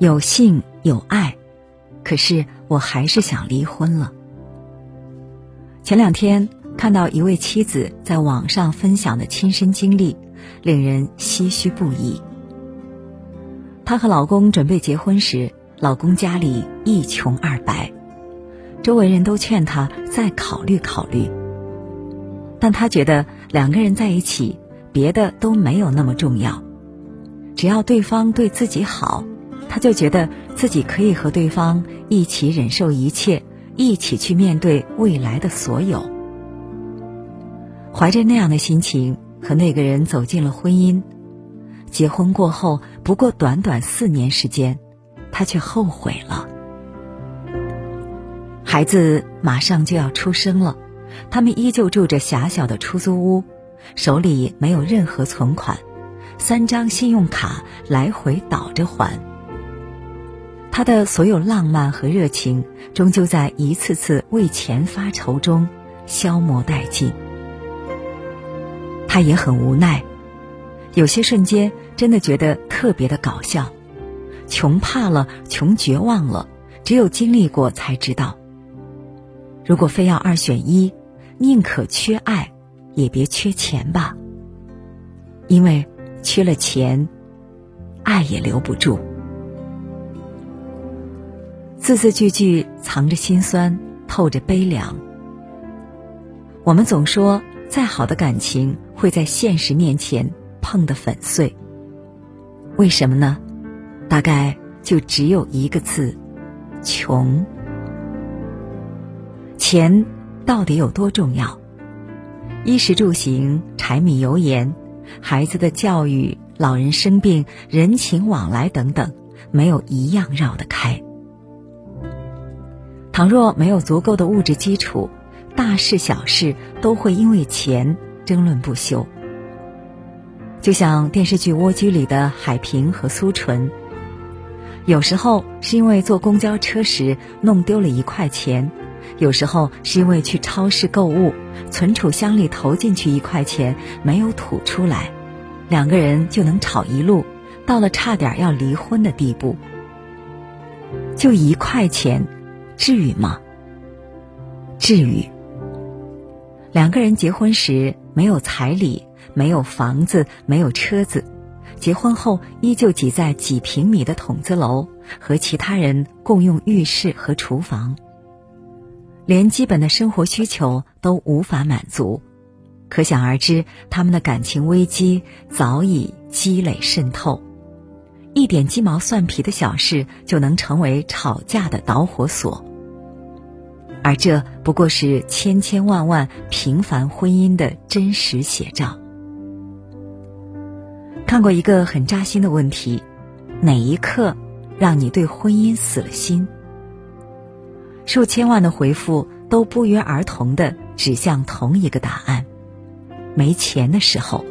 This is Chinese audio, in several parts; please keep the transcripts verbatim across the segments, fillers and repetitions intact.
有性有爱，可是我还是想离婚了。前两天看到一位妻子在网上分享的亲身经历，令人唏嘘不已。她和老公准备结婚时，老公家里一穷二白，周围人都劝她再考虑考虑。但她觉得两个人在一起，别的都没有那么重要，只要对方对自己好，她就觉得自己可以和对方一起忍受一切，一起去面对未来的所有。怀着那样的心情和那个人走进了婚姻，结婚过后不过短短四年时间，她却后悔了。孩子马上就要出生了，他们依旧住着狭小的出租屋，手里没有任何存款，三张信用卡来回倒着还。他的所有浪漫和热情终究在一次次为钱发愁中消磨殆尽。他也很无奈，有些瞬间真的觉得特别的搞笑。穷怕了，穷绝望了，只有经历过才知道。如果非要二选一，宁可缺爱，也别缺钱吧。因为缺了钱，爱也留不住。字字句句藏着心酸，透着悲凉。我们总说，再好的感情会在现实面前碰得粉碎。为什么呢？大概就只有一个字：穷。钱到底有多重要？衣食住行、柴米油盐，孩子的教育、老人生病、人情往来等等，没有一样绕得开。倘若没有足够的物质基础，大事小事都会因为钱争论不休。就像电视剧《蜗居》里的海平和苏纯，有时候是因为坐公交车时弄丢了一块钱，有时候是因为去超市购物，存储箱里投进去一块钱没有吐出来，两个人就能吵一路，到了差点要离婚的地步。就一块钱，至于吗？至于。两个人结婚时没有彩礼，没有房子，没有车子，结婚后依旧挤在几平米的筒子楼，和其他人共用浴室和厨房，连基本的生活需求都无法满足，可想而知，他们的感情危机早已积累渗透，一点鸡毛蒜皮的小事就能成为吵架的导火索。而这不过是千千万万平凡婚姻的真实写照。看过一个很扎心的问题：哪一刻让你对婚姻死了心？数千万的回复都不约而同地指向同一个答案：没钱的时候。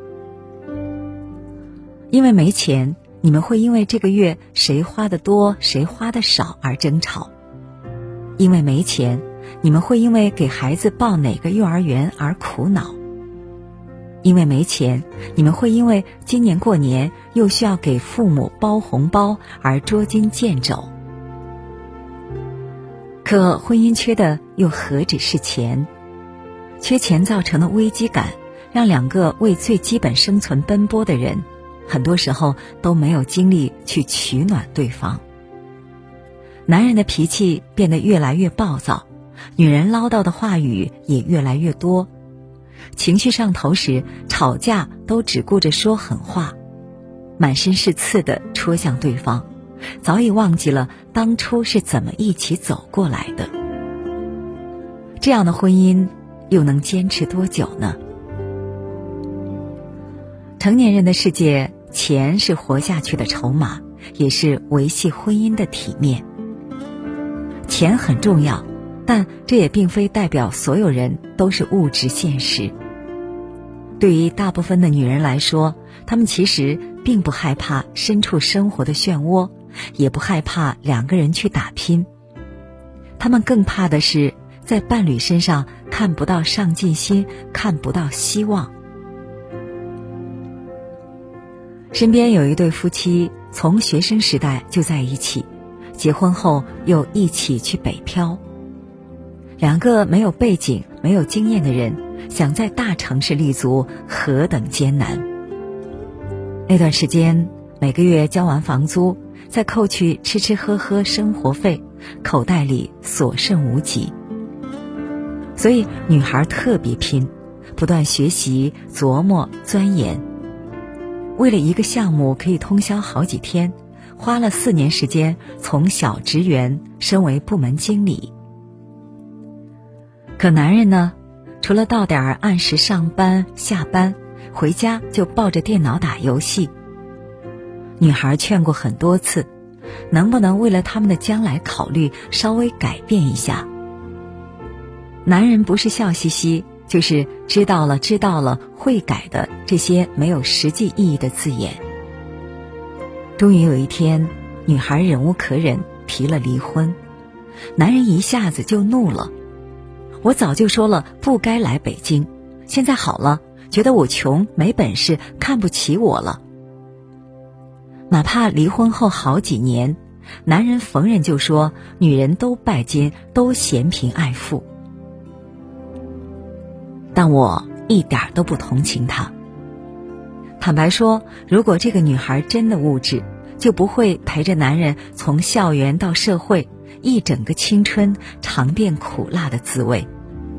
因为没钱，你们会因为这个月谁花得多谁花得少而争吵。因为没钱，你们会因为给孩子报哪个幼儿园而苦恼。因为没钱，你们会因为今年过年又需要给父母包红包而捉襟见肘。可婚姻缺的又何止是钱？缺钱造成的危机感，让两个为最基本生存奔波的人，很多时候都没有精力去取暖对方。男人的脾气变得越来越暴躁，女人唠叨的话语也越来越多。情绪上头时，吵架都只顾着说狠话，满身是刺地戳向对方，早已忘记了当初是怎么一起走过来的。这样的婚姻又能坚持多久呢？成年人的世界，钱是活下去的筹码，也是维系婚姻的体面。钱很重要，但这也并非代表所有人都是物质现实。对于大部分的女人来说，她们其实并不害怕身处生活的漩涡，也不害怕两个人去打拼，她们更怕的是在伴侣身上看不到上进心，看不到希望。身边有一对夫妻， 从学生时代就在一起，结婚后又一起去北漂。两个没有背景、没有经验的人，想在大城市立足，何等艰难。那段时间，每个月交完房租，再扣去吃吃喝喝生活费，口袋里所剩无几。所以女孩特别拼，不断学习、琢磨、钻研。为了一个项目可以通宵好几天，花了四年时间从小职员升为部门经理。可男人呢，除了到点儿按时上班下班，回家就抱着电脑打游戏。女孩劝过很多次，能不能为了他们的将来考虑，稍微改变一下。男人不是笑嘻嘻，就是知道了知道了会改的这些没有实际意义的字眼。终于有一天，女孩忍无可忍，提了离婚。男人一下子就怒了，我早就说了不该来北京，现在好了，觉得我穷没本事，看不起我了。哪怕离婚后好几年，男人逢人就说女人都拜金，都嫌贫爱富。但我一点都不同情他。坦白说，如果这个女孩真的物质，就不会陪着男人从校园到社会，一整个青春尝遍苦辣的滋味。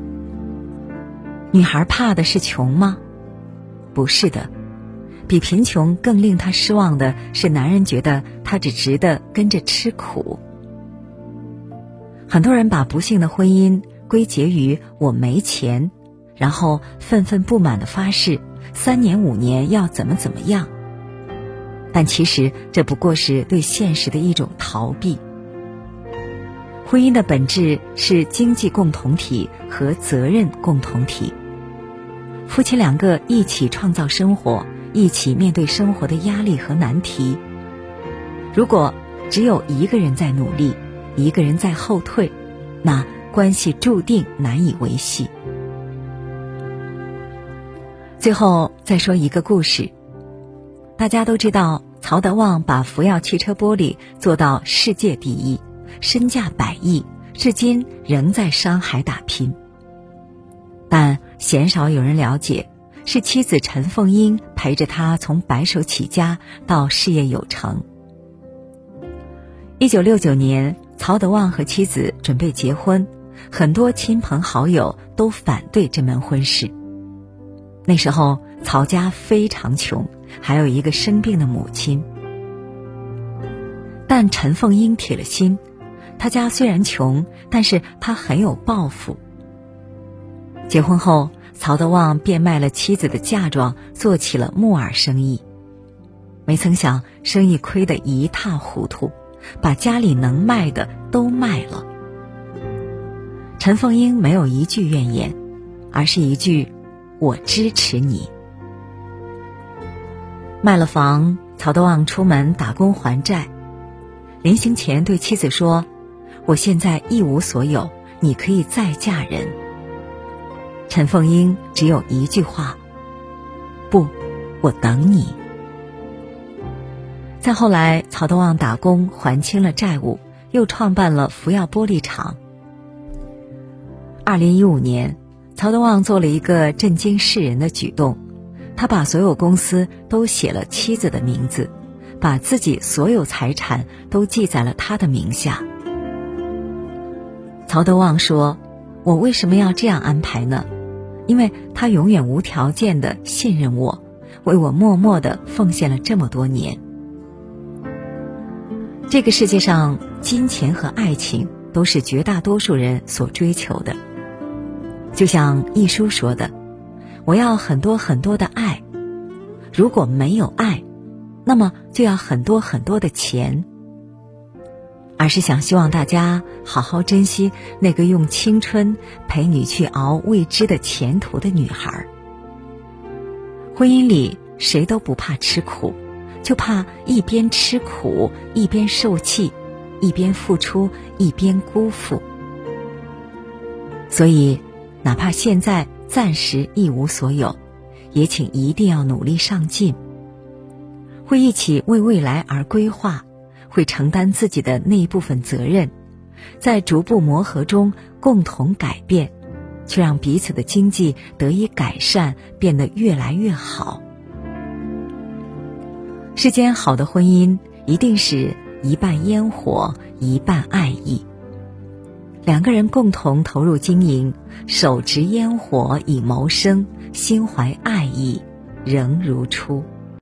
女孩怕的是穷吗？不是的，比贫穷更令她失望的是，男人觉得她只值得跟着吃苦。很多人把不幸的婚姻归结于我没钱，然后愤愤不满地发誓三年五年要怎么怎么样。但其实这不过是对现实的一种逃避。婚姻的本质是经济共同体和责任共同体。夫妻两个一起创造生活，一起面对生活的压力和难题。如果只有一个人在努力，一个人在后退，那关系注定难以维系。最后再说一个故事。大家都知道，曹德旺把福耀汽车玻璃做到世界第一，身价百亿，至今仍在上海打拼。但鲜少有人了解，是妻子陈凤英陪着他从白手起家到事业有成。一九六九年，曹德旺和妻子准备结婚，很多亲朋好友都反对这门婚事。那时候曹家非常穷，还有一个生病的母亲。但陈凤英铁了心，他家虽然穷，但是他很有抱负。结婚后，曹德旺变卖了妻子的嫁妆，做起了木耳生意。没曾想生意亏得一塌糊涂，把家里能卖的都卖了。陈凤英没有一句怨言，而是一句我支持你。卖了房，曹德旺出门打工还债。临行前对妻子说，我现在一无所有，你可以再嫁人。陈凤英只有一句话，不，我等你。再后来，曹德旺打工还清了债务，又创办了福耀玻璃厂。二零一五年，曹德旺做了一个震惊世人的举动，他把所有公司都写了妻子的名字，把自己所有财产都记在了他的名下。曹德旺说，我为什么要这样安排呢？因为他永远无条件地信任我，为我默默地奉献了这么多年。这个世界上，金钱和爱情都是绝大多数人所追求的。就像一书说的，我要很多很多的爱，如果没有爱，那么就要很多很多的钱。而是想希望大家好好珍惜那个用青春陪你去熬未知的前途的女孩。婚姻里谁都不怕吃苦，就怕一边吃苦一边受气，一边付出一边辜负。所以哪怕现在暂时一无所有，也请一定要努力上进。 会一起为未来而规划，会承担自己的那一部分责任，在逐步磨合中共同改变，却让彼此的经济得以改善，变得越来越好。世间好的婚姻一定是一半烟火，一半爱意。两个人共同投入经营，手持烟火以谋生，心怀爱意，仍如初。